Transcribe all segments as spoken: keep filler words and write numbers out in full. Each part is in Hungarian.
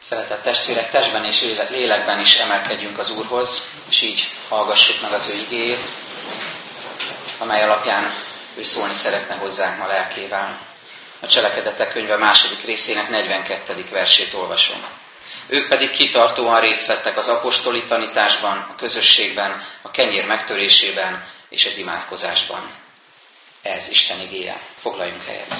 Szeretett testvérek, testben és lélekben is emelkedjünk az Úrhoz, és így hallgassuk meg az ő igéjét, amely alapján ő szólni szeretne hozzánk ma lelkével. A Cselekedetek könyve második részének negyvenkettedik versét olvasom. Ők pedig kitartóan részt vettek az apostoli tanításban, a közösségben, a kenyér megtörésében és az imádkozásban. Ez Isten igéje. Foglaljunk helyet.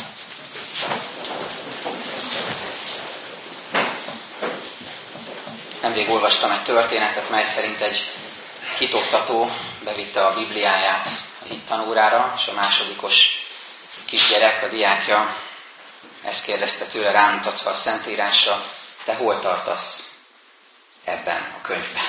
Nemrég olvastam egy történetet, mely szerint egy hitoktató bevitte a Bibliáját a hittanórára, és a másodikos kisgyerek, a diákja ezt kérdezte tőle, rámutatva a Szentírásra: te hol tartasz ebben a könyvben?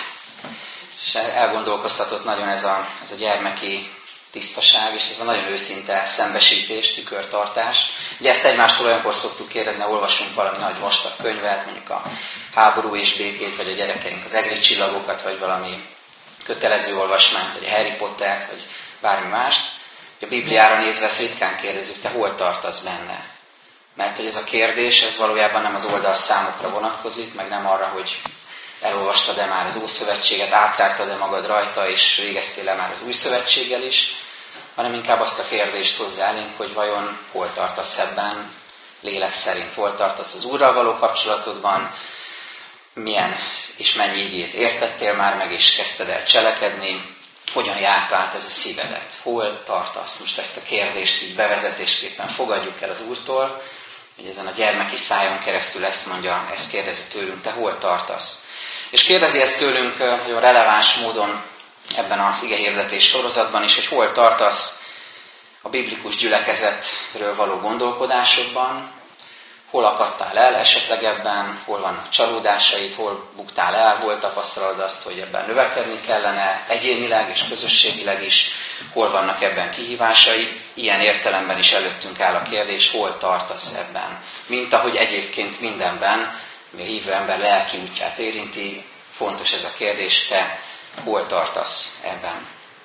És elgondolkoztatott nagyon ez a, ez a gyermeki tisztaság, és ez a nagyon őszinte szembesítés, tükörtartás. Ugye ezt egymástól olyankor szoktuk kérdezni, olvasunk valami nagy vastag könyvet, mondjuk a Háború és békét, vagy a gyerekeink az Egri csillagokat, vagy valami kötelező olvasmányt, vagy a Harry Pottert, vagy bármi mást. A Bibliára nézve ezt ritkán kérdezzük, te hol tartasz benne? Mert hogy ez a kérdés, ez valójában nem az oldalszámokra vonatkozik, meg nem arra, hogy elolvastad-e már az Ószövetséget, átrágtad-e magad rajta, és végeztél-e már az Új Szövetséggel is, hanem inkább azt a kérdést hozzá elénk, hogy vajon hol tartasz ebben, lélek szerint, hol tartasz az Úrral való kapcsolatodban, milyen és mennyi igét értettél már meg, és kezdted el cselekedni, hogyan járt át ez a szívedet, hol tartasz. Most ezt a kérdést így bevezetésképpen fogadjuk el az Úrtól, hogy ezen a gyermeki szájon keresztül ezt mondja, ezt kérdezi tőlünk, te hol tartasz. És kérdezi ezt tőlünk nagyon releváns módon ebben az igehirdetés sorozatban is, hogy hol tartasz a biblikus gyülekezetről való gondolkodásodban, hol akadtál el esetleg ebben, hol vannak csalódásaid, hol buktál el, hol tapasztalod azt, hogy ebben növekedni kellene egyénileg és közösségileg is, hol vannak ebben kihívásai. Ilyen értelemben is előttünk áll a kérdés, hol tartasz ebben. Mint ahogy egyébként mindenben, ami a hívő ember lelki útját érinti, fontos ez a kérdés, te hol tartasz ebben.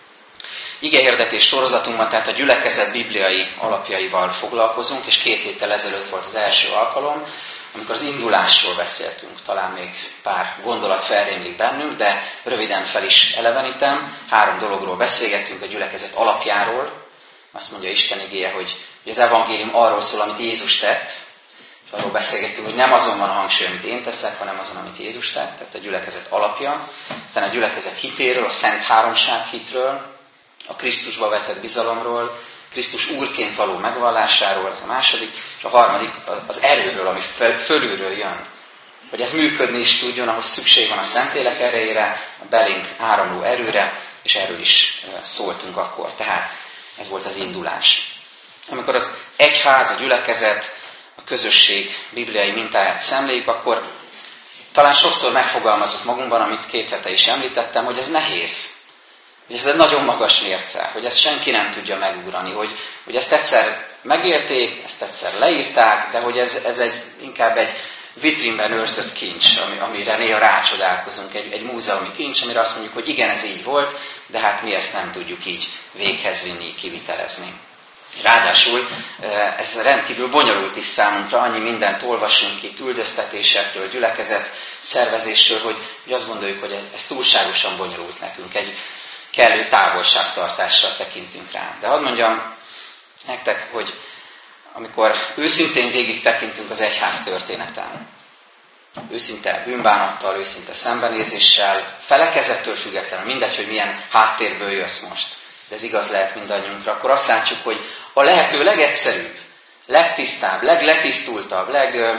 Igehirdetés sorozatunkban, tehát a gyülekezet bibliai alapjaival foglalkozunk, és két héttel ezelőtt volt az első alkalom, amikor az indulásról beszéltünk. Talán még pár gondolat felrémlik bennünk, de röviden fel is elevenítem. Három dologról beszélgettünk, a gyülekezet alapjáról. Azt mondja Isten igéje, hogy az evangélium arról szól, amit Jézus tett, és arról beszélgettünk, hogy nem azon van a hangsúly, amit én teszek, hanem azon, amit Jézus tett, tehát a gyülekezet alapja. Aztán a gyülekezet hitéről, a Szent Háromság hitről, a Krisztusba vetett bizalomról, Krisztus Úrként való megvallásáról, ez a második, és a harmadik az erőről, ami fölülről jön. Hogy ez működni is tudjon, ahhoz szükség van a Szentlélek erejére, a belénk áramló erőre, és erről is szóltunk akkor. Tehát ez volt az indulás. Amikor az egyház, a gyülekezet, a közösség bibliai mintáját szemléljük, akkor talán sokszor megfogalmazunk magunkban, amit két hete is említettem, hogy ez nehéz. És ez egy nagyon magas mérce, hogy ezt senki nem tudja megugrani, hogy, hogy ezt egyszer megérték, ezt egyszer leírták, de hogy ez, ez egy, inkább egy vitrínben őrzött kincs, ami, amire néha rácsodálkozunk, egy, egy múzeumi kincs, amire azt mondjuk, hogy igen, ez így volt, de hát mi ezt nem tudjuk így véghez vinni, kivitelezni. Ráadásul ez rendkívül bonyolult is számunkra, annyi mindent olvasunk itt, üldöztetésekről, gyülekezet szervezésről, hogy, hogy azt gondoljuk, hogy ez, ez túlságosan bonyolult nekünk. Egy kellő távolságtartással tekintünk rá. De hadd mondjam nektek, hogy amikor őszintén végig tekintünk az egyház történeten, őszinte bűnbánattal, őszinte szembenézéssel, felekezettől függetlenül, mindegy, hogy milyen háttérből jössz most, de ez igaz lehet mindannyiunkra, akkor azt látjuk, hogy a lehető legegyszerűbb, legtisztább, legletisztultabb,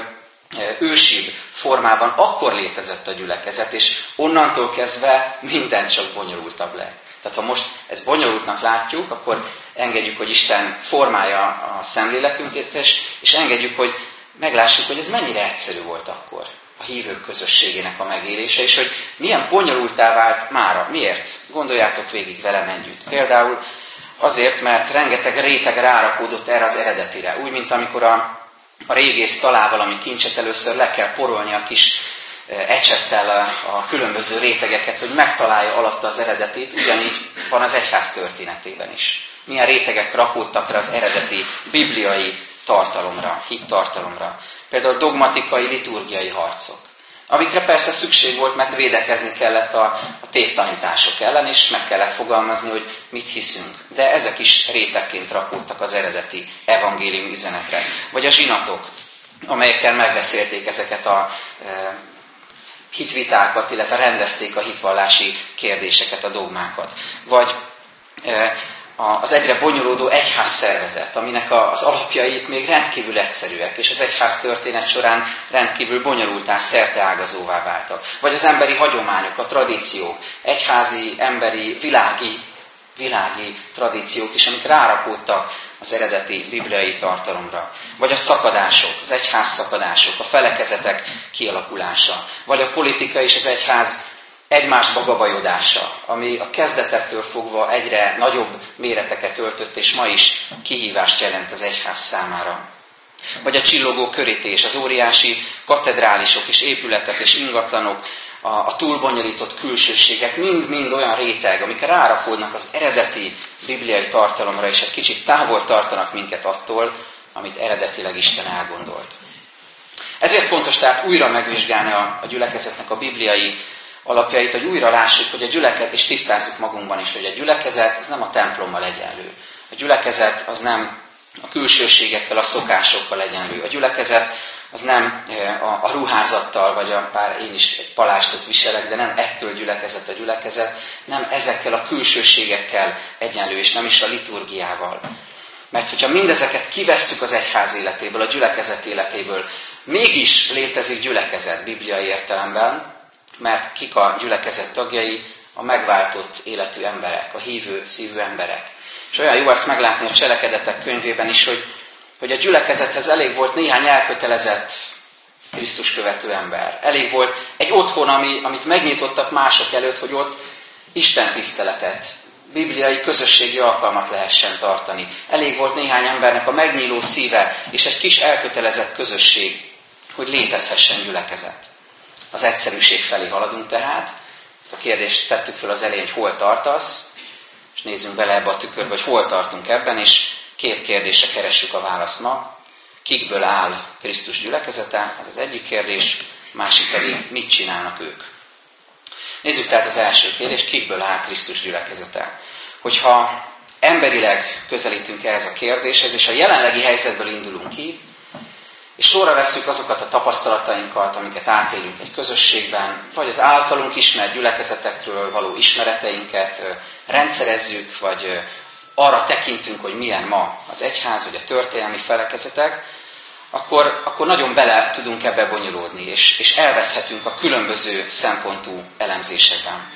legősibb formában akkor létezett a gyülekezet, és onnantól kezdve minden csak bonyolultabb lett. Tehát ha most ezt bonyolultnak látjuk, akkor engedjük, hogy Isten formálja a szemléletünket, és, és engedjük, hogy meglássuk, hogy ez mennyire egyszerű volt akkor a hívők közösségének a megélése, és hogy milyen bonyolultá vált mára. Miért? Gondoljátok végig velem együtt. Például azért, mert rengeteg réteg rárakódott erre az eredetire. Úgy, mint amikor a, a régész talál valami kincset, először le kell porolni a kis ecsettel a, a különböző rétegeket, hogy megtalálja alatta az eredetét, ugyanígy van az egyház történetében is. Milyen rétegek rakódtak rá az eredeti bibliai tartalomra, hittartalomra. Például dogmatikai, liturgiai harcok. amikre persze szükség volt, mert védekezni kellett a, a tévtanítások ellen, és meg kellett fogalmazni, hogy mit hiszünk. De ezek is rétegként rakódtak az eredeti evangélium üzenetre. Vagy a zsinatok, amelyekkel megbeszélték ezeket a e, hitvitákat, illetve rendezték a hitvallási kérdéseket, a dogmákat. Vagy e, az egyre bonyolódó egyház szervezet, aminek az alapjait még rendkívül egyszerűek, és az egyház történet során rendkívül bonyolultá, szerteágazóvá váltak. Vagy az emberi hagyományok, a tradíciók, egyházi, emberi, világi, világi tradíciók is, amik rárakódtak az eredeti bibliai tartalomra. Vagy a szakadások, az egyház szakadások, a felekezetek kialakulása. Vagy a politika és az egyház egymásba gabajodása, ami a kezdetettől fogva egyre nagyobb méreteket öltött, és ma is kihívást jelent az egyház számára. Vagy a csillogó körítés, az óriási katedrálisok és épületek és ingatlanok, a, a túlbonyolított külsőségek, mind-mind olyan réteg, amik rárakódnak az eredeti bibliai tartalomra, és egy kicsit távol tartanak minket attól, amit eredetileg Isten elgondolt. Ezért fontos tehát újra megvizsgálni a, a gyülekezetnek a bibliai alapjait, hogy újra lássuk, hogy a gyülekezet, és tisztázzuk magunkban is, hogy a gyülekezet az nem a templommal egyenlő. A gyülekezet az nem a külsőségekkel, a szokásokkal egyenlő. A gyülekezet az nem a, a ruházattal, vagy a, bár én is egy palástot viselek, de nem ettől gyülekezet a gyülekezet, nem ezekkel a külsőségekkel egyenlő, és nem is a liturgiával. Mert hogyha mindezeket kivesszük az egyház életéből, a gyülekezet életéből, mégis létezik gyülekezet bibliai értelemben, mert kik a gyülekezet tagjai? A megváltott életű emberek, a hívő szívű emberek. És olyan jó azt meglátni a Cselekedetek könyvében is, hogy, hogy a gyülekezethez elég volt néhány elkötelezett Krisztus követő ember. Elég volt egy otthon, ami, amit megnyitottak mások előtt, hogy ott Isten tiszteletet, bibliai közösségi alkalmat lehessen tartani. Elég volt néhány embernek a megnyíló szíve és egy kis elkötelezett közösség, hogy létezhessen gyülekezet. Az egyszerűség felé haladunk tehát. Ezt a kérdést tettük fel az elején, hogy hol tartasz, és nézzünk bele ebbe a tükörbe, hogy hol tartunk ebben, és két kérdésre keressük a választ ma. Kikből áll Krisztus gyülekezete? Ez az egyik kérdés, másik pedig mit csinálnak ők? Nézzük tehát az első kérdést, kikből áll Krisztus gyülekezete? Hogyha emberileg közelítünk ehhez a kérdéshez, és a jelenlegi helyzetből indulunk ki, és sorra vesszük azokat a tapasztalatainkat, amiket átélünk egy közösségben, vagy az általunk ismert gyülekezetekről való ismereteinket rendszerezzük, vagy arra tekintünk, hogy milyen ma az egyház, vagy a történelmi felekezetek, akkor, akkor nagyon bele tudunk ebbe bonyolódni, és, és elveszhetünk a különböző szempontú elemzésekben.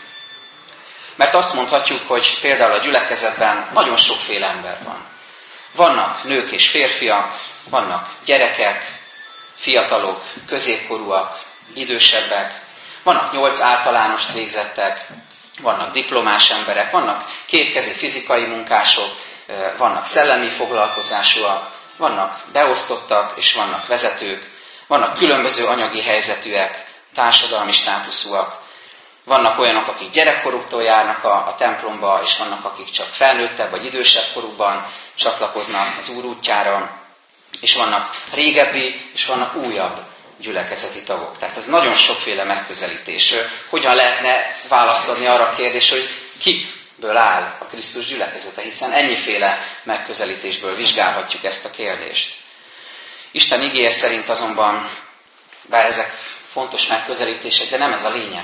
Mert azt mondhatjuk, hogy például a gyülekezetben nagyon sokféle ember van. Vannak nők és férfiak, vannak gyerekek, fiatalok, középkorúak, idősebbek, vannak nyolc általánost végzettek, vannak diplomás emberek, vannak kétkezi fizikai munkások, vannak szellemi foglalkozásúak, vannak beosztottak és vannak vezetők, vannak különböző anyagi helyzetűek, társadalmi státuszúak, vannak olyanok, akik gyerekkoruktól járnak a, a templomba, és vannak, akik csak felnőttebb vagy idősebb korukban csatlakoznak az Úr útjára, és vannak régebbi, és vannak újabb gyülekezeti tagok. Tehát ez nagyon sokféle megközelítés. Hogyan lehetne választ adni arra a kérdésre, hogy kikből áll a Krisztus gyülekezete, hiszen ennyiféle megközelítésből vizsgálhatjuk ezt a kérdést. Isten igéje szerint azonban, bár ezek fontos megközelítések, de nem ez a lényeg.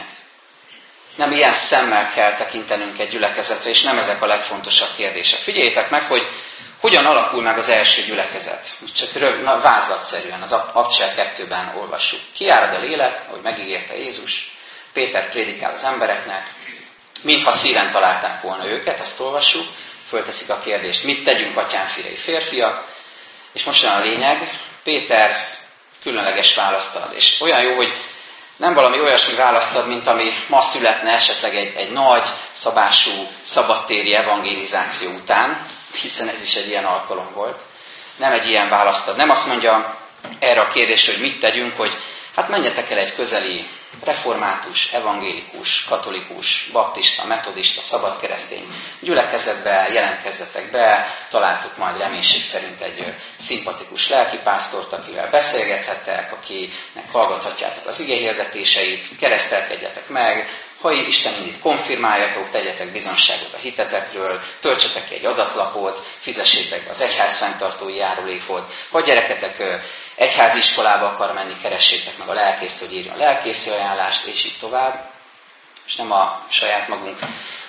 Nem ilyen szemmel kell tekintenünk egy gyülekezetre, és nem ezek a legfontosabb kérdések. Figyeljétek meg, hogy hogyan alakul meg az első gyülekezet. Csak rövid, na, vázlatszerűen, az Apostolok kettőben olvassuk. Kiárad a lélek, ahogy megígérte Jézus, Péter prédikál az embereknek, mintha szíven találták volna őket, ezt olvassuk, fölteszik a kérdést, mit tegyünk, atyám fiai férfiak, és most jön a lényeg, Péter különleges választ ad. És olyan jó, hogy nem valami olyasmi választ ad, mint ami ma születne esetleg egy, egy nagy, szabású, szabadtéri evangelizáció után, hiszen ez is egy ilyen alkalom volt. Nem egy ilyen választ ad. Nem azt mondja erre a kérdésre, hogy mit tegyünk, hogy hát menjetek el egy közeli református, evangélikus, katolikus, baptista, metodista, szabadkeresztény gyülekezetbe, jelentkezzetek be, találtuk majd reménység szerint egy szimpatikus lelkipásztort, akivel beszélgethettek, akinek hallgathatjátok az igehirdetéseit, keresztelkedjetek meg, ha Isten indít, konfirmáljatok, tegyetek bizonságot a hitetekről, töltsetek ki egy adatlapot, fizessétek az egyház fenntartói járulékot, ha a gyereketek egyházi iskolába akar menni, keressétek meg a lelkészt, hogy írjon lelkészi ajánlást, és így tovább. És nem a saját magunk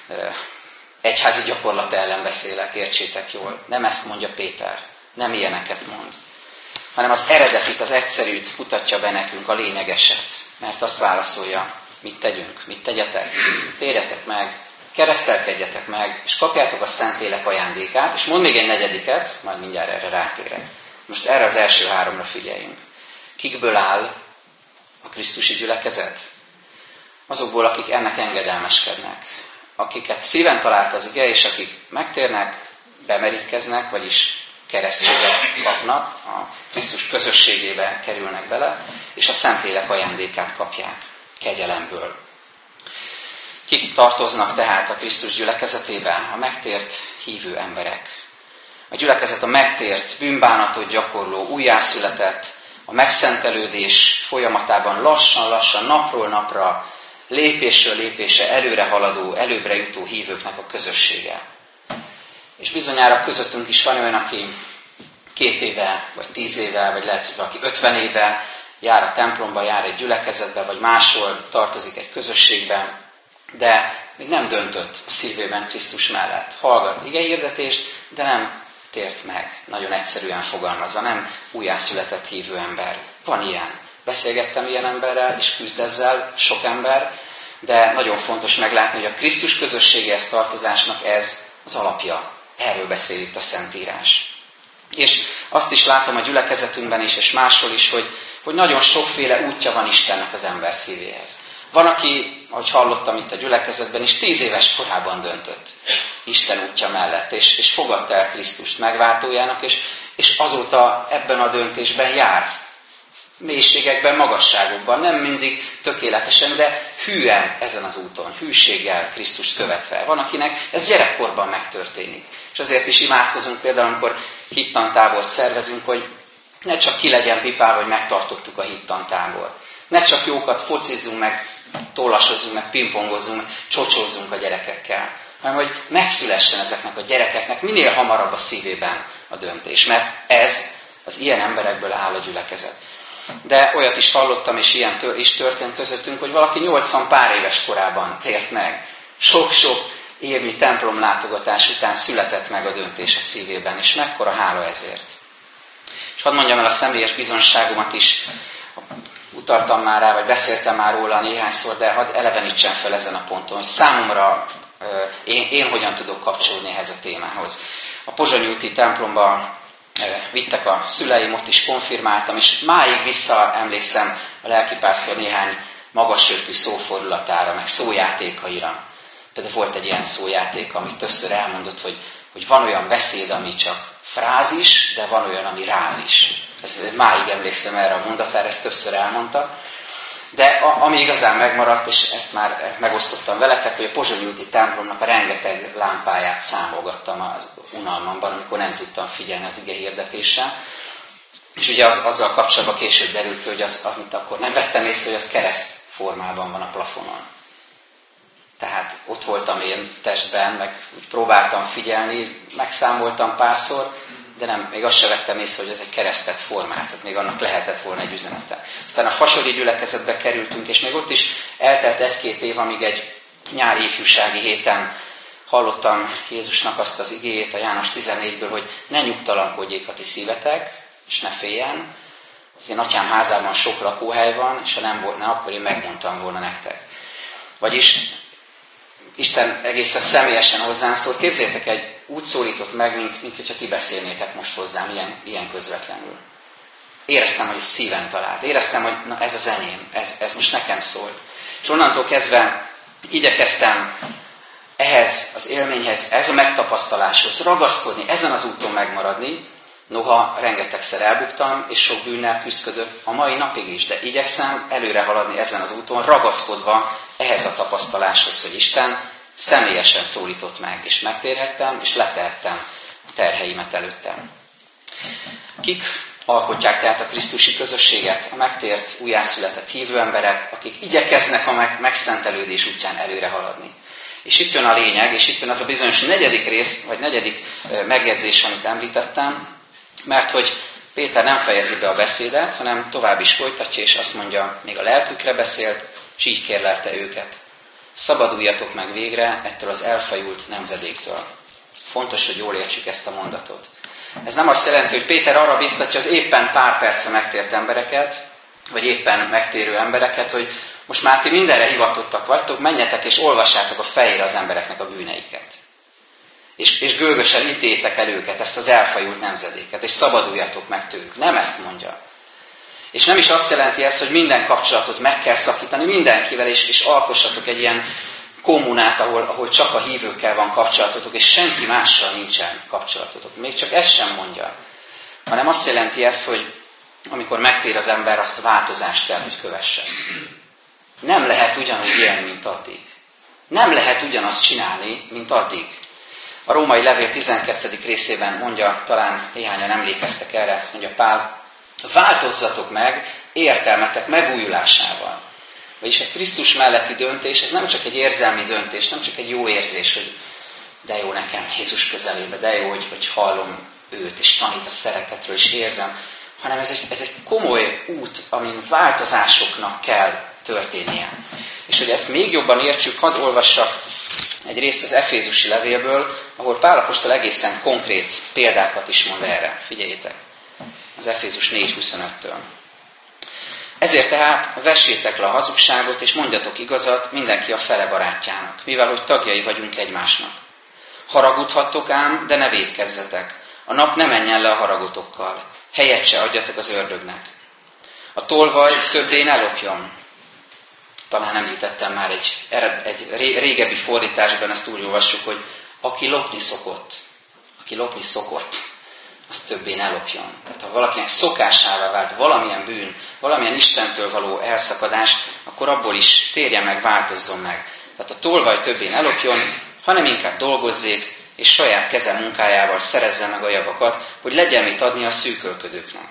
egyházi gyakorlata ellen beszélek, értsétek jól. Nem ezt mondja Péter, nem ilyeneket mond, hanem az eredetit, az egyszerűt mutatja be nekünk, a lényegeset, mert azt válaszolja, mit tegyünk, mit tegyetek, térjetek meg, keresztelkedjetek meg, és kapjátok a Szentlélek ajándékát, és mond még egy negyediket, majd mindjárt erre rátérek. Most erre az első háromra figyeljünk. Kikből áll a krisztusi gyülekezet? Azokból, akik ennek engedelmeskednek, akiket szíven talált az ige, és akik megtérnek, bemerítkeznek, vagyis keresztséget kapnak, a Krisztus közösségébe kerülnek bele, és a Szentlélek ajándékát kapják kegyelemből. Kik tartoznak tehát a Krisztus gyülekezetébe? A megtért hívő emberek. A gyülekezet a megtért, bűnbánatot gyakorló, újjászületett, a megszentelődés folyamatában lassan-lassan, napról napra, lépésről lépésre előre haladó, előbbre jutó hívőknek a közössége. És bizonyára közöttünk is van olyan, aki két éve, vagy tíz éve, vagy lehet, hogy valaki ötven éve jár a templomba, jár egy gyülekezetbe, vagy máshol tartozik egy közösségben, de még nem döntött a szívében Krisztus mellett. Hallgat igehirdetést, de nem tért meg, nagyon egyszerűen fogalmazva, nem újjászületett hívő ember. Van ilyen. Beszélgettem ilyen emberrel, és küzd ezzel sok ember, de nagyon fontos meglátni, hogy a Krisztus közösségéhez tartozásnak ez az alapja. Erről beszél itt a Szentírás. És azt is látom a gyülekezetünkben is, és máshol is, hogy, hogy nagyon sokféle útja van Istennek az ember szívéhez. Van, aki, ahogy hallottam itt a gyülekezetben is, tíz éves korában döntött Isten útja mellett, és, és fogadta el Krisztust megváltójának, és, és azóta ebben a döntésben jár. Mélységekben, magasságokban, nem mindig tökéletesen, de hűen ezen az úton, hűséggel Krisztust követve. Van, akinek ez gyerekkorban megtörténik. És azért is imádkozunk például, amikor hittantábort szervezünk, hogy ne csak ki legyen pipál, hogy megtartottuk a hittantábort. Ne csak jókat focizzunk meg, tollasozzunk meg, pingpongozzunk meg, csocsózzunk a gyerekekkel, hanem hogy megszülessen ezeknek a gyerekeknek minél hamarabb a szívében a döntés. Mert ez az ilyen emberekből áll a gyülekezet. De olyat is hallottam, és ilyen is történt közöttünk, hogy valaki nyolcvan pár éves korában tért meg. Sok-sok évnyi templomlátogatás után született meg a döntés a szívében, és mekkora hála ezért. És hadd mondjam el a személyes bizonságomat is, utaltam már rá, vagy beszéltem már róla néhányszor, de hadd elevenítsem fel ezen a ponton, hogy számomra én, én hogyan tudok kapcsolódni ehhez a témához. A Pozsony úti templomba vittek a szüleim, ott is konfirmáltam, és máig visszaemlékszem a lelkipásztor néhány magasröptű szófordulatára, meg szójátékaira. Például volt egy ilyen szójáték, amit többször elmondott, hogy, hogy van olyan beszéd, ami csak frázis, de van olyan, ami rázis. Ez, máig emlékszem erre a mondatára, ezt többször elmondta. De a, ami igazán megmaradt, és ezt már megosztottam veletek, hogy a Pozsony úti templomnak a rengeteg lámpáját számolgattam az unalmamban, amikor nem tudtam figyelni az igehirdetéssel. És ugye az, azzal kapcsolatban később derült ki, hogy az, amit akkor nem vettem észre, hogy az kereszt formában van a plafonon. Tehát ott voltam én testben, meg úgy próbáltam figyelni, megszámoltam párszor, de nem, még azt se vettem észre, hogy ez egy keresztet formált, tehát még annak lehetett volna egy üzenete. Aztán a fasori gyülekezetbe kerültünk, és még ott is eltelt egy-két év, amíg egy nyári ifjúsági héten hallottam Jézusnak azt az igéjét a János tizennégyből, hogy ne nyugtalankodjék a ti szívetek, és ne féljen. Az én atyám házában sok lakóhely van, és ha nem volna, akkor én megmondtam volna nektek. Vagyis Isten egészen személyesen hozzám szólt. Képzeljétek, egy úgy szólított meg, mint, mint hogyha ti beszélnétek most hozzám ilyen, ilyen közvetlenül. Éreztem, hogy szíven talált. Éreztem, hogy na, ez az enyém, ez, ez most nekem szólt. És onnantól kezdve igyekeztem ehhez az élményhez, ez a megtapasztaláshoz ragaszkodni, ezen az úton megmaradni, Noha rengetegszer elbuktam, és sok bűnnel küzdök a mai napig is, de igyekszem előre haladni ezen az úton, ragaszkodva ehhez a tapasztaláshoz, hogy Isten személyesen szólított meg, és megtérhettem, és letehettem a terheimet előttem. Kik alkotják tehát a krisztusi közösséget, a megtért, újjászületett hívő emberek, akik igyekeznek a meg- megszentelődés útján előre haladni. És itt jön a lényeg, és itt jön az a bizonyos negyedik rész, vagy negyedik megjegyzés, amit említettem, mert hogy Péter nem fejezi be a beszédet, hanem tovább is folytatja, és azt mondja, még a lelkükre beszélt, és így kérlelte őket. Szabaduljatok meg végre ettől az elfajult nemzedéktől. Fontos, hogy jól értsük ezt a mondatot. Ez nem azt jelenti, hogy Péter arra biztatja az éppen pár perce megtért embereket, vagy éppen megtérő embereket, hogy most már ti mindenre hivatottak vagytok, menjetek és olvassátok a fejére az embereknek a bűneiket. És, és gőgösen ítéljétek el őket, ezt az elfajult nemzedéket, és szabaduljatok meg tőlük. Nem ezt mondja. És nem is azt jelenti ez, hogy minden kapcsolatot meg kell szakítani mindenkivel, és, és alkossatok egy ilyen kommunát, ahol, ahol csak a hívőkkel van kapcsolatotok, és senki mással nincsen kapcsolatotok. Még csak ezt sem mondja. Hanem azt jelenti ez, hogy amikor megtér az ember, azt a változást kell, hogy kövessen. Nem lehet ugyanúgy élni, mint addig. Nem lehet ugyanazt csinálni, mint addig. A római levél tizenkettedik részében mondja, talán néhányan emlékeztek erre, ezt mondja Pál, változzatok meg értelmetek megújulásával. Vagyis a Krisztus melletti döntés, ez nem csak egy érzelmi döntés, nem csak egy jó érzés, hogy de jó nekem Jézus közelébe, de jó, hogy, hogy hallom őt, és tanít a szeretetről, és érzem, hanem ez egy, ez egy komoly út, amin változásoknak kell történnie. És hogy ezt még jobban értsük, hadd olvassak egy részt az Efézusi levélből, ahol Pál apostol egészen konkrét példákat is mond erre. Figyeljétek! Az Efézus négy huszonöttől. Ezért tehát vessétek le a hazugságot, és mondjatok igazat mindenki a fele barátjának, mivel hogy tagjai vagyunk egymásnak. Haragudhattok ám, de ne vétkezzetek. A nap ne menjen le a haragotokkal. Helyet se adjatok az ördögnek. A tolvaj többé ne lopjon. Talán említettem már egy, egy régebbi fordításban, ezt úgy olvassuk, hogy aki lopni szokott, aki lopni szokott, az többé ne lopjon. Tehát ha valakinek szokásává vált valamilyen bűn, valamilyen Istentől való elszakadás, akkor abból is térje meg, változzon meg. Tehát a tolvaj többé ne lopjon, hanem inkább dolgozzék, és saját keze munkájával szerezze meg a javakat, hogy legyen mit adni a szűkölködőknek.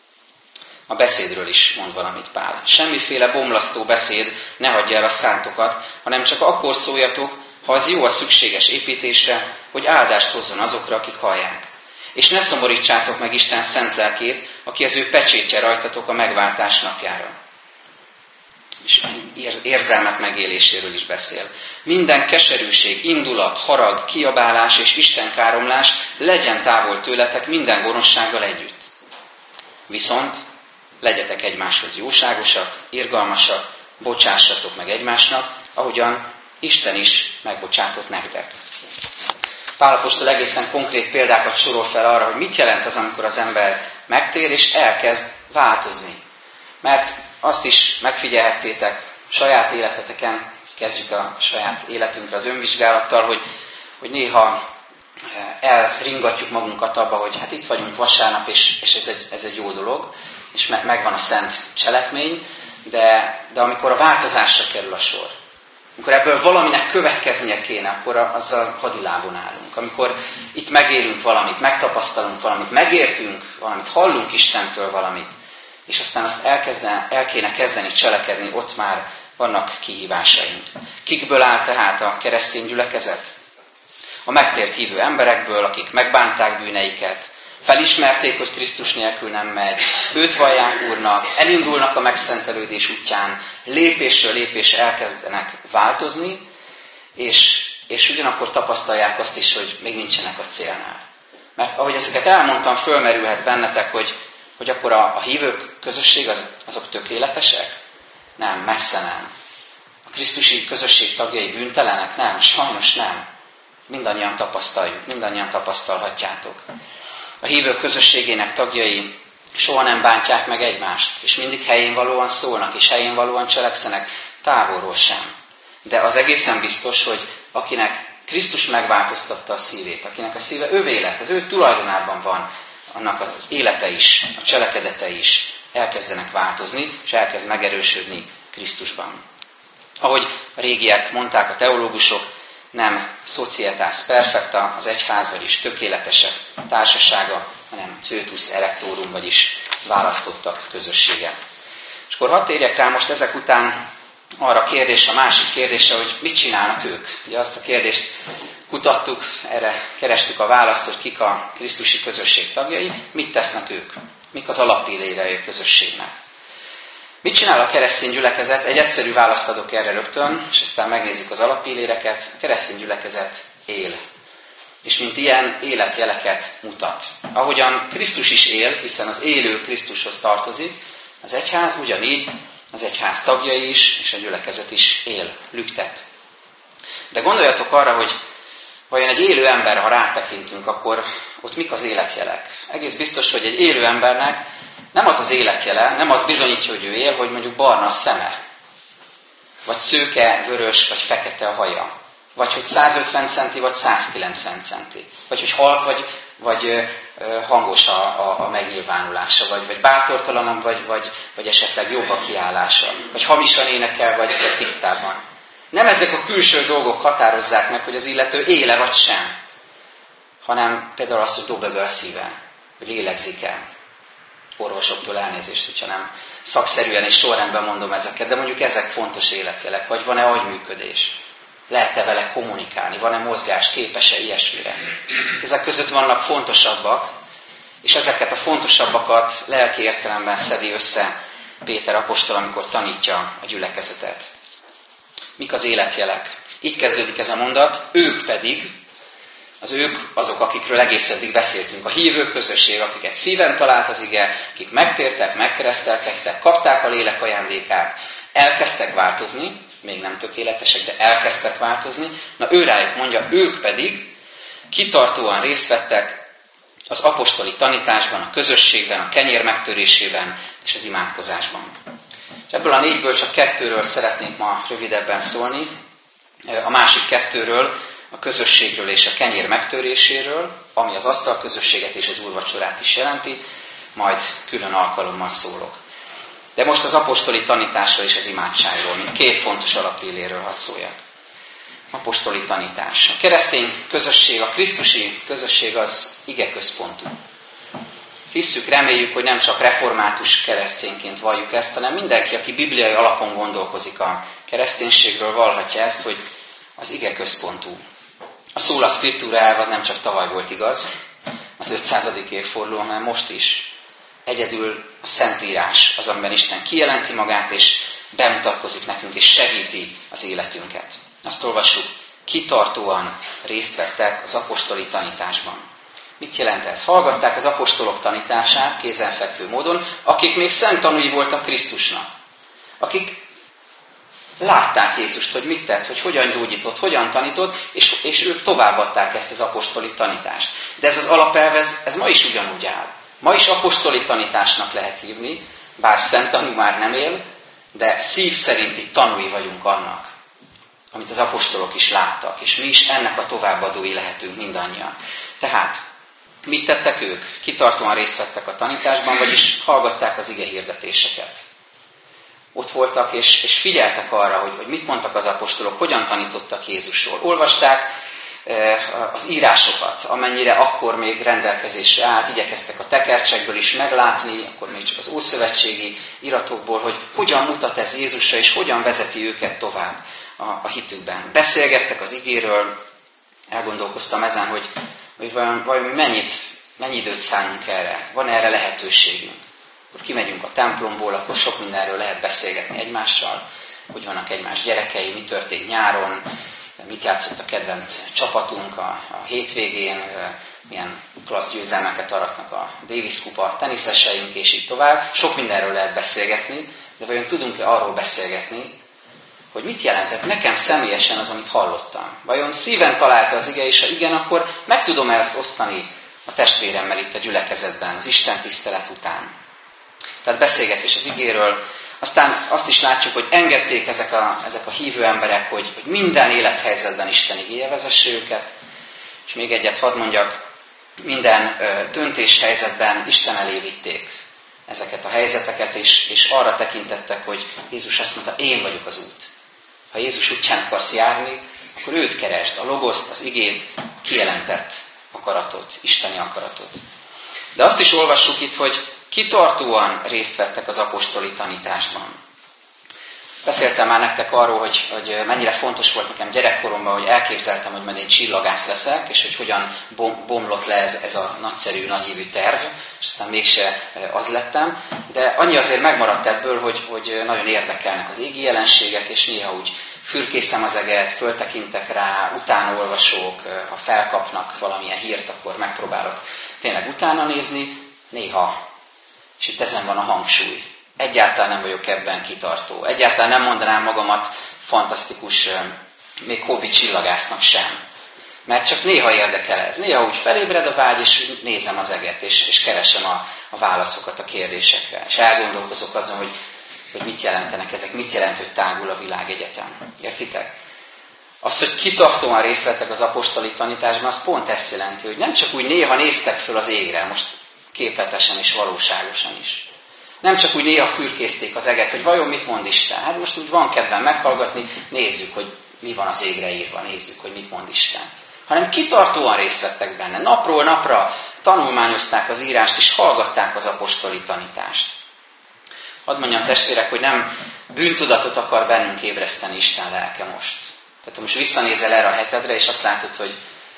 A beszédről is mond valamit Pál. Semmiféle bomlasztó beszéd ne hagyja el a szántokat, hanem csak akkor szóljatok, ha az jó a szükséges építésre, hogy áldást hozzon azokra, akik hallják. És ne szomorítsátok meg Isten szent lelkét, aki az ő pecsétje rajtatok a megváltás napjára. És érzelmek megéléséről is beszél. Minden keserűség, indulat, harag, kiabálás és istenkáromlás legyen távol tőletek minden gonoszsággal együtt. Viszont legyetek egymáshoz jóságosak, irgalmasak, bocsássatok meg egymásnak, ahogyan Isten is megbocsátott nektek. Pál apostol egészen konkrét példákat sorol fel arra, hogy mit jelent az, amikor az ember megtér és elkezd változni. Mert azt is megfigyelhettétek saját életeteken, kezdjük a saját életünkre az önvizsgálattal, hogy, hogy néha elringatjuk magunkat abba, hogy hát itt vagyunk vasárnap, és, és ez, egy, ez egy jó dolog, és me, megvan a szent cselekmény, de, de amikor a változásra kerül a sor, amikor ebből valaminek következnie kéne, akkor azzal hadilábon állunk. Amikor itt megélünk valamit, megtapasztalunk valamit, megértünk valamit, hallunk Istentől valamit, és aztán azt elkezdene, el kéne kezdeni cselekedni, ott már vannak kihívásaink. Kikből áll tehát a keresztény gyülekezet? A megtért hívő emberekből, akik megbánták bűneiket, felismerték, hogy Krisztus nélkül nem megy, őt vallják Úrnak, elindulnak a megszentelődés útján, lépésről lépésre elkezdenek változni, és, és ugyanakkor tapasztalják azt is, hogy még nincsenek a célnál. Mert ahogy ezeket elmondtam, fölmerülhet bennetek, hogy, hogy akkor a, a hívők közösség az, azok tökéletesek? Nem, messze nem. A krisztusi közösség tagjai bűntelenek? Nem, sajnos nem. Ezt mindannyian tapasztaljuk, mindannyian tapasztalhatjátok. A hívők közösségének tagjai soha nem bántják meg egymást, és mindig helyén valóan szólnak, és helyén valóan cselekszenek, távolról sem. De az egészen biztos, hogy akinek Krisztus megváltoztatta a szívét, akinek a szíve övé lett, az ő tulajdonában van, annak az élete is, a cselekedete is elkezdenek változni, és elkezd megerősödni Krisztusban. Ahogy a régiek mondták, a teológusok, nem societas perfecta, az egyház, vagyis tökéletesek társasága, hanem coetus erectorum, vagyis választottak közössége. És akkor hadd térjek rá most ezek után arra a kérdésre, a másik kérdésre, hogy mit csinálnak ők. Ugye azt a kérdést kutattuk, erre kerestük a választ, hogy kik a krisztusi közösség tagjai, mit tesznek ők, mik az alappillérei a közösségnek. Mit csinál a keresztény gyülekezet? Egy egyszerű választ adok erre rögtön, és aztán megnézzük az alappilléreket. A keresztény gyülekezet él. És mint ilyen életjeleket mutat. Ahogyan Krisztus is él, hiszen az élő Krisztushoz tartozik, az egyház ugyanígy, az egyház tagjai is, és a gyülekezet is él, lüktet. De gondoljatok arra, hogy vajon egy élő ember, ha rátekintünk, akkor ott mik az életjelek? Egész biztos, hogy egy élő embernek nem az az életjele, nem az bizonyítja, hogy ő él, hogy mondjuk barna a szeme, vagy szőke, vörös, vagy fekete a haja, vagy hogy százötven centi, vagy százkilencven centi, vagy hogy halk, vagy, vagy hangos a, a, a megnyilvánulása, vagy, vagy bátortalanabb, vagy, vagy, vagy esetleg jobb a kiállása, vagy hamisan énekel, vagy, vagy tisztában. Nem ezek a külső dolgok határozzák meg, hogy az illető éle vagy sem, hanem például az, hogy dobog a szíve, hogy lélegzik-e. Orvosoktól elnézést, hogyha nem szakszerűen és sorrendben mondom ezeket, de mondjuk ezek fontos életjelek, vagy van-e agyműködés, lehet-e vele kommunikálni, van-e mozgás, képes-e ilyesmire. Ezek között vannak fontosabbak, és ezeket a fontosabbakat lelki értelemben szedi össze Péter apostol, amikor tanítja a gyülekezetet. Mik az életjelek? Így kezdődik ez a mondat, ők pedig, az ők azok, akikről egész eddig beszéltünk, a hívő közösség, akiket szíven talált az ige, akik megtértek, megkeresztelkedtek, kapták a lélek ajándékát, elkezdtek változni, még nem tökéletesek, de elkezdtek változni. Na ő rájuk mondja, ők pedig kitartóan részt vettek az apostoli tanításban, a közösségben, a kenyér megtörésében és az imádkozásban. És ebből a négyből csak kettőről szeretnék ma rövidebben szólni. A másik kettőről, a közösségről és a kenyér megtöréséről, ami az asztalközösséget és az úrvacsorát is jelenti, majd külön alkalommal szólok. De most az apostoli tanításról és az imádságról, mint két fontos alappilléről hadd szóljak. Apostoli tanítás. A keresztény közösség, a krisztusi közösség az ige központú. Hisszük, reméljük, hogy nem csak református keresztényként valljuk ezt, hanem mindenki, aki bibliai alapon gondolkozik a kereszténységről, vallhatja ezt, hogy az ige központú. A szóla szkriptúra elv az nem csak tavaly volt igaz, az ötszázadik évforduló, hanem most is. Egyedül a Szentírás az, amiben Isten kijelenti magát, és bemutatkozik nekünk, és segíti az életünket. Azt olvassuk, kitartóan részt vettek az apostoli tanításban. Mit jelent ez? Hallgatták az apostolok tanítását kézenfekvő módon, akik még szent tanúi voltak Krisztusnak. Akik látták Jézust, hogy mit tett, hogy hogyan gyógyított, hogyan tanított, és, és ők továbbadták ezt az apostoli tanítást. De ez az alapelv, ez, ez ma is ugyanúgy áll. Ma is apostoli tanításnak lehet hívni, bár szent tanú már nem él, de szív szerinti tanúi vagyunk annak, amit az apostolok is láttak, és mi is ennek a továbbadói lehetünk mindannyian. Tehát, mit tettek ők? Kitartóan részt vettek a tanításban, vagyis hallgatták az ige hirdetéseket. Ott voltak, és, és figyeltek arra, hogy, hogy mit mondtak az apostolok, hogyan tanítottak Jézusról. Olvasták eh, az írásokat, amennyire akkor még rendelkezésre állt, igyekeztek a tekercsekből is meglátni, akkor még csak az ószövetségi iratokból, hogy hogyan mutat ez Jézusra, és hogyan vezeti őket tovább a, a hitükben. Beszélgettek az igéről, elgondolkoztam ezen, hogy, hogy vajon, vajon mennyit, mennyi időt szánunk erre, van erre lehetőségünk. Akkor kimegyünk a templomból, akkor sok mindenről lehet beszélgetni egymással, hogy vannak egymás gyerekei, mi történt nyáron, mit játszott a kedvenc csapatunk a, a hétvégén, milyen klassz győzelmeket aratnak a Davis kupa teniszeseink, és így tovább. Sok mindenről lehet beszélgetni, de vajon tudunk-e arról beszélgetni, hogy mit jelentett nekem személyesen az, amit hallottam? Vajon szíven találta az ige, és ha igen, akkor meg tudom ezt osztani a testvéremmel itt a gyülekezetben, az Isten tisztelet után. Tehát beszélgetés az igéről. Aztán azt is látjuk, hogy engedték ezek a, ezek a hívő emberek, hogy, hogy minden élethelyzetben Isten igéje vezesse őket. És még egyet hadd mondjak, minden döntéshelyzetben Isten elé vitték ezeket a helyzeteket, és, és arra tekintettek, hogy Jézus azt mondta, én vagyok az út. Ha Jézus útján akarsz járni, akkor őt keresd, a logoszt, az igét, kijelentett akaratot, isteni akaratot. De azt is olvassuk itt, hogy kitartóan részt vettek az apostoli tanításban. Beszéltem már nektek arról, hogy, hogy mennyire fontos volt nekem gyerekkoromban, hogy elképzeltem, hogy majd én csillagász leszek, és hogy hogyan bomlott le ez, ez a nagyszerű, nagyívű terv, és aztán mégse az lettem. De annyi azért megmaradt ebből, hogy, hogy nagyon érdekelnek az égi jelenségek, és néha úgy fürkészem az eget, föltekintek rá, utána olvasok, ha felkapnak valamilyen hírt, akkor megpróbálok tényleg utána nézni, néha. És itt ezen van a hangsúly. Egyáltalán nem vagyok ebben kitartó. Egyáltalán nem mondanám magamat fantasztikus, még hobbi csillagásznak sem. Mert csak néha érdekel ez. Néha úgy felébred a vágy, és nézem az eget, és, és keresem a, a válaszokat a kérdésekre. És elgondolkozok azon, hogy, hogy mit jelentenek ezek, mit jelent, hogy tágul a világegyetem. Értitek? Az, hogy kitartóan részt vettek az apostoli tanításban, az pont ezt jelenti, hogy nem csak úgy néha néztek föl az égre, most képletesen és valóságosan is. Nem csak úgy néha fürkészték az eget, hogy vajon mit mond Isten. Hát most úgy van kedven meghallgatni, nézzük, hogy mi van az égre írva, nézzük, hogy mit mond Isten. Hanem kitartóan részt vettek benne. Napról napra tanulmányozták az írást, és hallgatták az apostoli tanítást. Hadd mondjam, testvérek, hogy nem bűntudatot akar bennünk ébreszteni Isten lelke most. Tehát most visszanézel erre a hetedre, és azt látod, hogy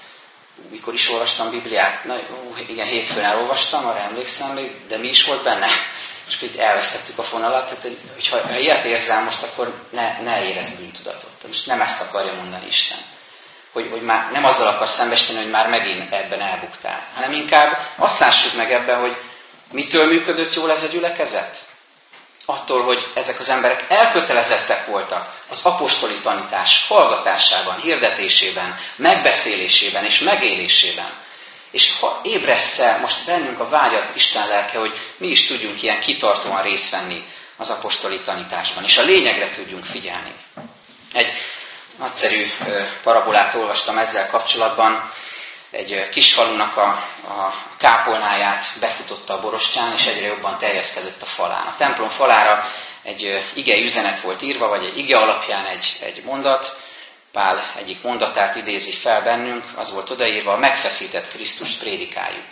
mikor is olvastam Bibliát, na, ó, igen, hétfőn elolvastam, arra emlékszem még, de mi is volt benne? És akkor így elvesztettük a fonalat, tehát hogyha, ha ilyet érzel most, akkor ne, ne érezz bűntudatot. Tehát most nem ezt akarja mondani Isten. Hogy, hogy már nem azzal akar szembesíteni, hogy már megint ebben elbuktál, hanem inkább azt lássuk meg ebben, hogy mitől működött jól ez a gyülekezet? Attól, hogy ezek az emberek elkötelezettek voltak az apostoli tanítás hallgatásában, hirdetésében, megbeszélésében és megélésében. És ha ébressze most bennünk a vágyat Isten lelke, hogy mi is tudjunk ilyen kitartóan részt venni az apostoli tanításban, és a lényegre tudjunk figyelni. Egy nagyszerű parabolát olvastam ezzel kapcsolatban. Egy kis falunak a, a kápolnáját befutotta a borostyán, és egyre jobban terjeszkedett a falán. A templom falára egy igei üzenet volt írva, vagy egy ige alapján egy, egy mondat. Pál egyik mondatát idézi fel bennünk, az volt odaírva, a megfeszített Krisztust prédikáljuk.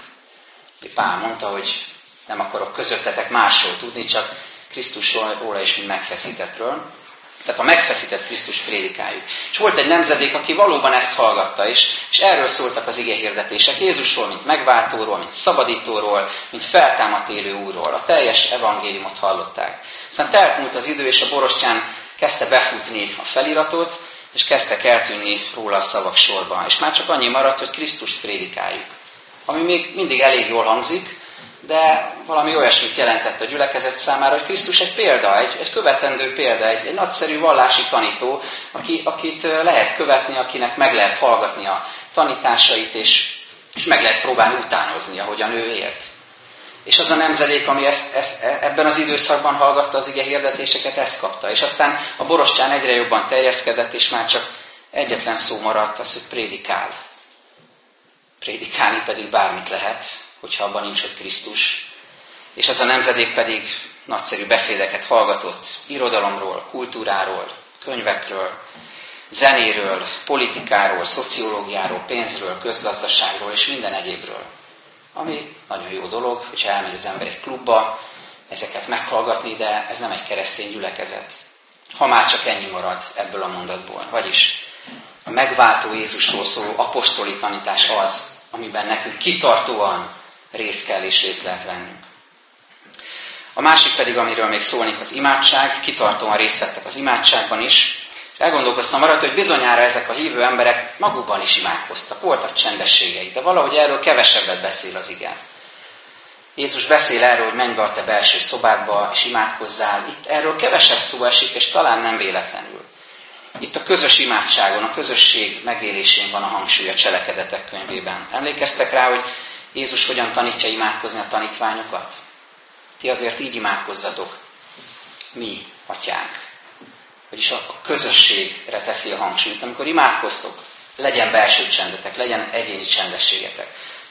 Pál mondta, hogy nem akarok közöttetek másról tudni, csak Krisztusról, róla is, mint megfeszítettről. Tehát a megfeszített Krisztus prédikáljuk. És volt egy nemzedék, aki valóban ezt hallgatta, és, és erről szóltak az igehirdetések. Jézusról, mint megváltóról, mint szabadítóról, mint feltámadt élő úrról. A teljes evangéliumot hallották. Aztán teltmúlt az idő, és a borostyán kezdte befutni a feliratot, és kezdtek eltűnni róla a szavak sorba. És már csak annyi maradt, hogy Krisztust prédikáljuk. Ami még mindig elég jól hangzik, de valami olyasmit jelentett a gyülekezet számára, hogy Krisztus egy példa, egy, egy követendő példa, egy, egy nagyszerű vallási tanító, aki, akit lehet követni, akinek meg lehet hallgatni a tanításait, és, és meg lehet próbálni utánozni, ahogyan ő élt. És az a nemzedék, ami ezt, ezt, ebben az időszakban hallgatta az ige hirdetéseket, ezt kapta. És aztán a borostyán egyre jobban terjeszkedett, és már csak egyetlen szó maradt, az, hogy prédikál. Prédikálni pedig bármit lehet, hogyha abban nincs ott Krisztus. És az a nemzedék pedig nagyszerű beszédeket hallgatott irodalomról, kultúráról, könyvekről, zenéről, politikáról, szociológiáról, pénzről, közgazdaságról és minden egyébről. Ami nagyon jó dolog, hogyha elmegy az ember egy klubba, ezeket meghallgatni, de ez nem egy keresztény gyülekezet. Ha már csak ennyi marad ebből a mondatból. Vagyis a megváltó Jézusról szóló apostoli tanítás az, amiben nekünk kitartóan részt kell és részt lehet vennünk. A másik pedig, amiről még szólnék, az imádság. Kitartóan részt vettek az imádságban is. És elgondolkoztam arra, hogy bizonyára ezek a hívő emberek magukban is imádkoztak. Voltak csendességeik, de valahogy erről kevesebbet beszél az ige. Jézus beszél erről, hogy menj be a te belső szobádba, és imádkozzál. Itt erről kevesebb szó esik, és talán nem véletlenül. Itt a közös imádságon, a közösség megélésén van a hangsúly a Cselekedetek könyvében. Emlékeztek rá, hogy Jézus hogyan tanítja imádkozni a tanítványokat? Ti azért így imádkozzatok. Mi, atyánk. Vagyis a közösségre teszi a hangsúlyt. Amikor imádkoztok, legyen belső csendetek, legyen egyéni csendességetek.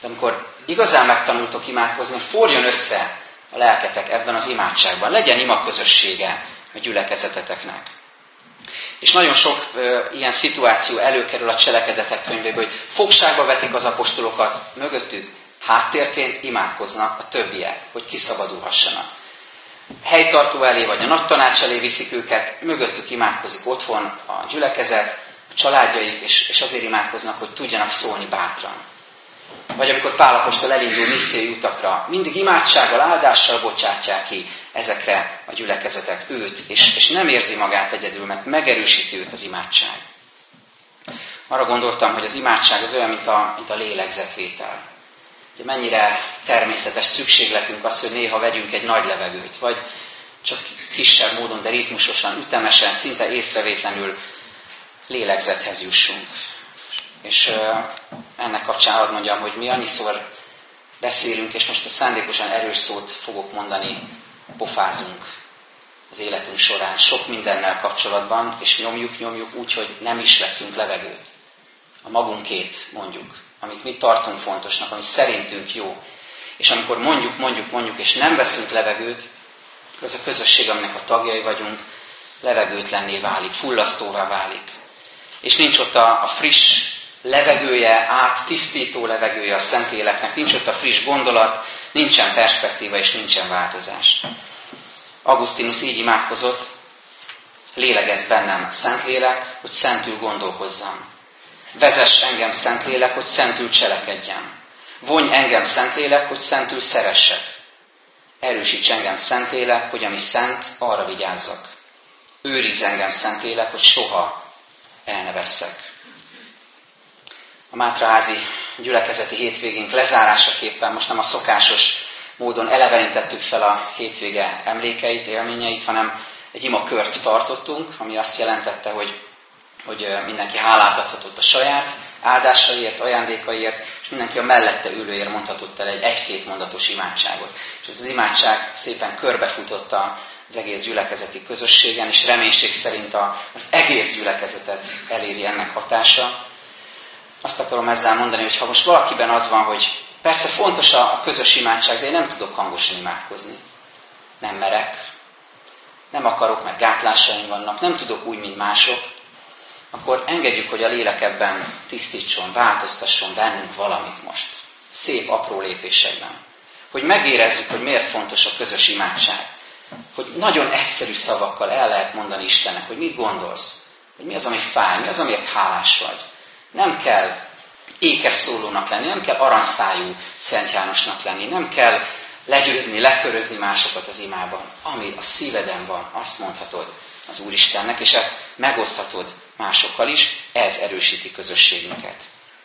De amikor igazán megtanultok imádkozni, forjon össze a lelketek ebben az imádságban. Legyen imaközössége a gyülekezeteteknek. És nagyon sok ö, ilyen szituáció előkerül a Cselekedetek könyvéből, hogy fogságba vetik az apostolokat, mögöttük háttérként imádkoznak a többiek, hogy kiszabadulhassanak. Helytartó elé vagy a nagy tanács elé viszik őket, mögöttük imádkozik otthon a gyülekezet, a családjaik, és, és azért imádkoznak, hogy tudjanak szólni bátran. Vagy amikor Pál apostol elindul missziói utakra, mindig imádsággal, áldással bocsátják ki ezekre a gyülekezetek őt, és, és nem érzi magát egyedül, mert megerősíti őt az imádság. Arra gondoltam, hogy az imádság az olyan, mint a, mint a lélegzetvétel. Ugye mennyire természetes szükségletünk az, hogy néha vegyünk egy nagy levegőt, vagy csak kisebb módon, de ritmusosan, ütemesen, szinte észrevétlenül lélegzethez jussunk. És uh, ennek kapcsán hadd mondjam, hogy mi annyiszor beszélünk, és most a szándékosan erős szót fogok mondani, pofázunk az életünk során sok mindennel kapcsolatban, és nyomjuk, nyomjuk úgy, hogy nem is veszünk levegőt. A magunkét mondjuk, amit mi tartunk fontosnak, ami szerintünk jó. És amikor mondjuk, mondjuk, mondjuk, és nem veszünk levegőt, akkor az a közösség, aminek a tagjai vagyunk, levegőtlenné válik, fullasztóvá válik. És nincs ott a, a friss levegője, áttisztító levegője a Szentléleknek, nincs ott a friss gondolat, nincsen perspektíva és nincsen változás. Augustinus így imádkozott, lélegezz bennem Szentlélek, hogy szentül gondolkozzam. Vezess engem Szentlélek, hogy szentül cselekedjem. Vonj engem Szentlélek, hogy szentül szeressek. Erősíts engem Szentlélek, hogy ami szent, arra vigyázzak. Őrizz engem Szentlélek, hogy soha el ne vesszek. A Mátraházi gyülekezeti hétvégénk lezárásaképpen most nem a szokásos módon elevenítettük fel a hétvége emlékeit, élményeit, hanem egy imakört tartottunk, ami azt jelentette, hogy, hogy mindenki hálát adhatott a saját áldásaiért, ajándékaiért, és mindenki a mellette ülőért mondhatott el egy egy-két mondatos imádságot. És ez az imádság szépen körbefutotta az egész gyülekezeti közösségen, és reménység szerint az egész gyülekezetet eléri ennek hatása. Azt akarom ezzel mondani, hogy ha most valakiben az van, hogy persze fontos a közös imádság, de én nem tudok hangosan imádkozni. Nem merek, nem akarok, mert gátlásaim vannak, nem tudok úgy, mint mások, akkor engedjük, hogy a lélek ebben tisztítson, változtasson bennünk valamit most. Szép, apró lépésekben. Hogy megérezzük, hogy miért fontos a közös imádság. Hogy nagyon egyszerű szavakkal el lehet mondani Istennek, hogy mit gondolsz, hogy mi az, ami fáj, mi az, amiért hálás vagy. Nem kell ékes szólónak lenni, nem kell aranyszájú Szent Jánosnak lenni, nem kell legyőzni, lekörözni másokat az imában. Ami a szíveden van, azt mondhatod az Úristennek, és ezt megoszthatod másokkal is, ez erősíti közösségünket.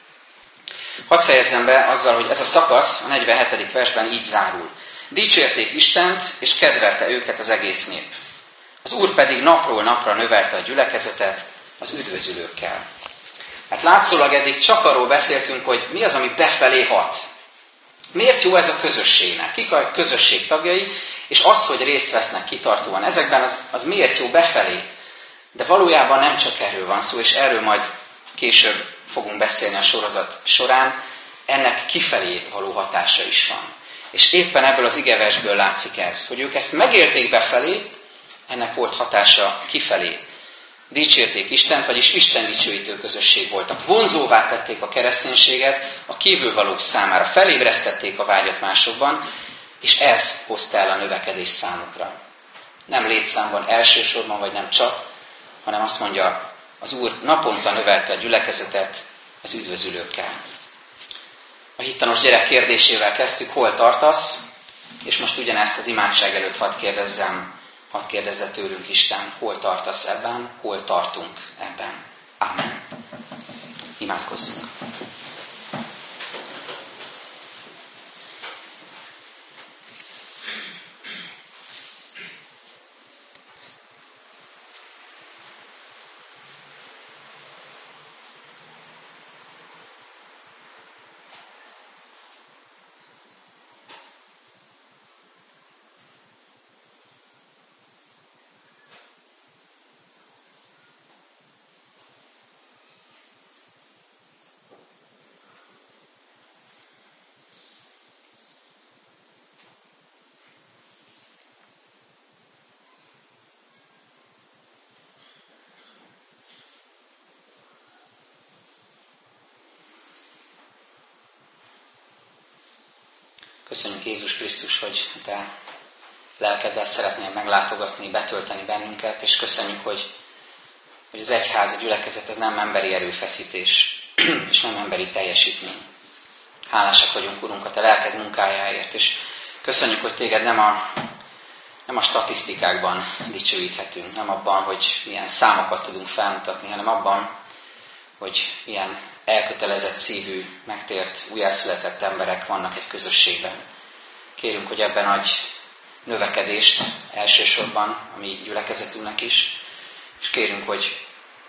Hadd fejezzem be azzal, hogy ez a szakasz a negyvenhetedik versben így zárul. Dicsérték Istent, és kedvelte őket az egész nép. Az Úr pedig napról napra növelte a gyülekezetet az üdvözülőkkel. Hát látszólag eddig csak arról beszéltünk, hogy mi az, ami befelé hat. Miért jó ez a közösségnek? Kik a közösség tagjai, és az, hogy részt vesznek kitartóan ezekben, az, az miért jó befelé? De valójában nem csak erről van szó, és erről majd később fogunk beszélni a sorozat során, ennek kifelé való hatása is van. És éppen ebből az igeversből látszik ez, hogy ők ezt megélték befelé, ennek volt hatása kifelé. Dicsérték Istent, vagyis Isten dicsőítő közösség voltak. Vonzóvá tették a kereszténységet a kívülvalók számára. Felébresztették a vágyat másokban, és ez hozta el a növekedés számukra. Nem létszámban elsősorban, vagy nem csak, hanem azt mondja, az Úr naponta növelte a gyülekezetet az üdvözülőkkel. A hittanos gyerek kérdésével kezdtük, hol tartasz, és most ugyanezt az imádság előtt hadd kérdezzem, hadd kérdezze tőlünk Isten, hol tartasz ebben, hol tartunk ebben. Amen. Imádkozzunk. Köszönjük Jézus Krisztus, hogy Te lelkeddel szeretnél meglátogatni, betölteni bennünket, és köszönjük, hogy, hogy az egyház, a gyülekezet, ez nem emberi erőfeszítés, és nem emberi teljesítmény. Hálásak vagyunk, Urunk, a Te lelked munkájáért, és köszönjük, hogy Téged nem a, nem a statisztikákban dicsőíthetünk, nem abban, hogy milyen számokat tudunk felmutatni, hanem abban, hogy milyen elkötelezett szívű, megtért, újjászületett emberek vannak egy közösségben. Kérünk, hogy ebben adj növekedést elsősorban a mi gyülekezetünknek is, és kérünk, hogy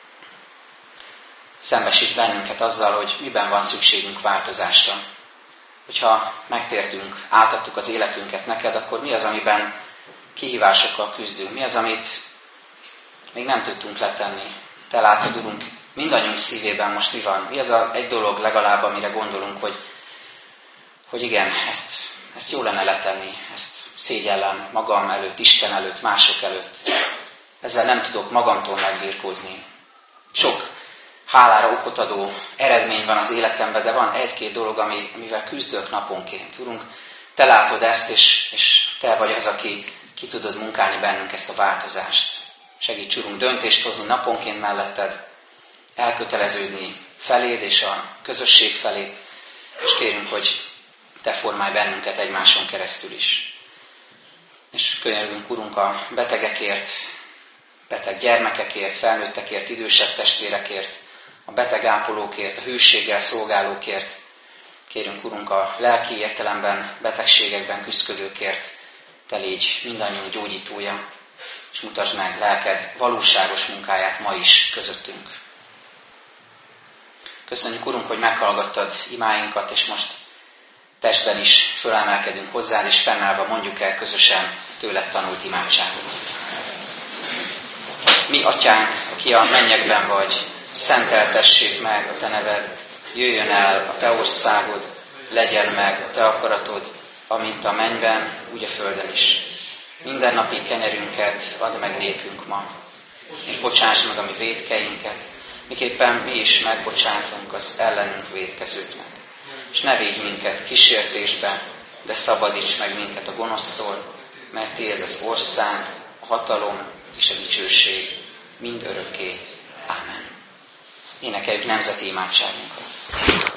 szembesíts bennünket azzal, hogy miben van szükségünk változásra. Hogyha megtértünk, átadtuk az életünket neked, akkor mi az, amiben kihívásokkal küzdünk? Mi az, amit még nem tudtunk letenni? Te látod, Urunk, mindannyiunk szívében most mi van? Mi az a egy dolog legalább, amire gondolunk, hogy, hogy igen, ezt, ezt jó lenne letenni, ezt szégyellem magam előtt, Isten előtt, mások előtt. Ezzel nem tudok magamtól megbirkózni. Sok hálára okot adó eredmény van az életemben, de van egy-két dolog, ami, amivel küzdök naponként. Urunk, Te látod ezt, és, és Te vagy az, aki ki tudod munkálni bennünk ezt a változást. Segíts, Urunk, döntést hozni naponként melletted, elköteleződni feléd és a közösség felé, és kérünk, hogy Te formálj bennünket egymáson keresztül is. És könyörgünk, Urunk, a betegekért, beteg gyermekekért, felnőttekért, idősebb testvérekért, a beteg ápolókért, a hűséggel szolgálókért. Kérünk, Urunk, a lelki értelemben, betegségekben küszködőkért. Te légy mindannyiunk gyógyítója, és mutasd meg lelked valóságos munkáját ma is közöttünk. Köszönjük, Urunk, hogy meghallgattad imáinkat, és most testben is fölemelkedünk hozzád, és fennállva mondjuk el közösen tőled tanult imádságot. Mi, Atyánk, aki a mennyekben vagy, szenteltessék meg a Te neved, jöjjön el a Te országod, legyen meg a Te akaratod, amint a mennyben, úgy a földön is. Mindennapi kenyerünket add meg nékünk ma, és bocsáss meg a mi vétkeinket, miképpen mi is megbocsátunk az ellenünk vétkezőknek. És ne védj minket kísértésbe, de szabadíts meg minket a gonosztól, mert Tiéd az ország, a hatalom és a dicsőség mind örökké. Ámen. Énekeljük nemzeti imádságunkat.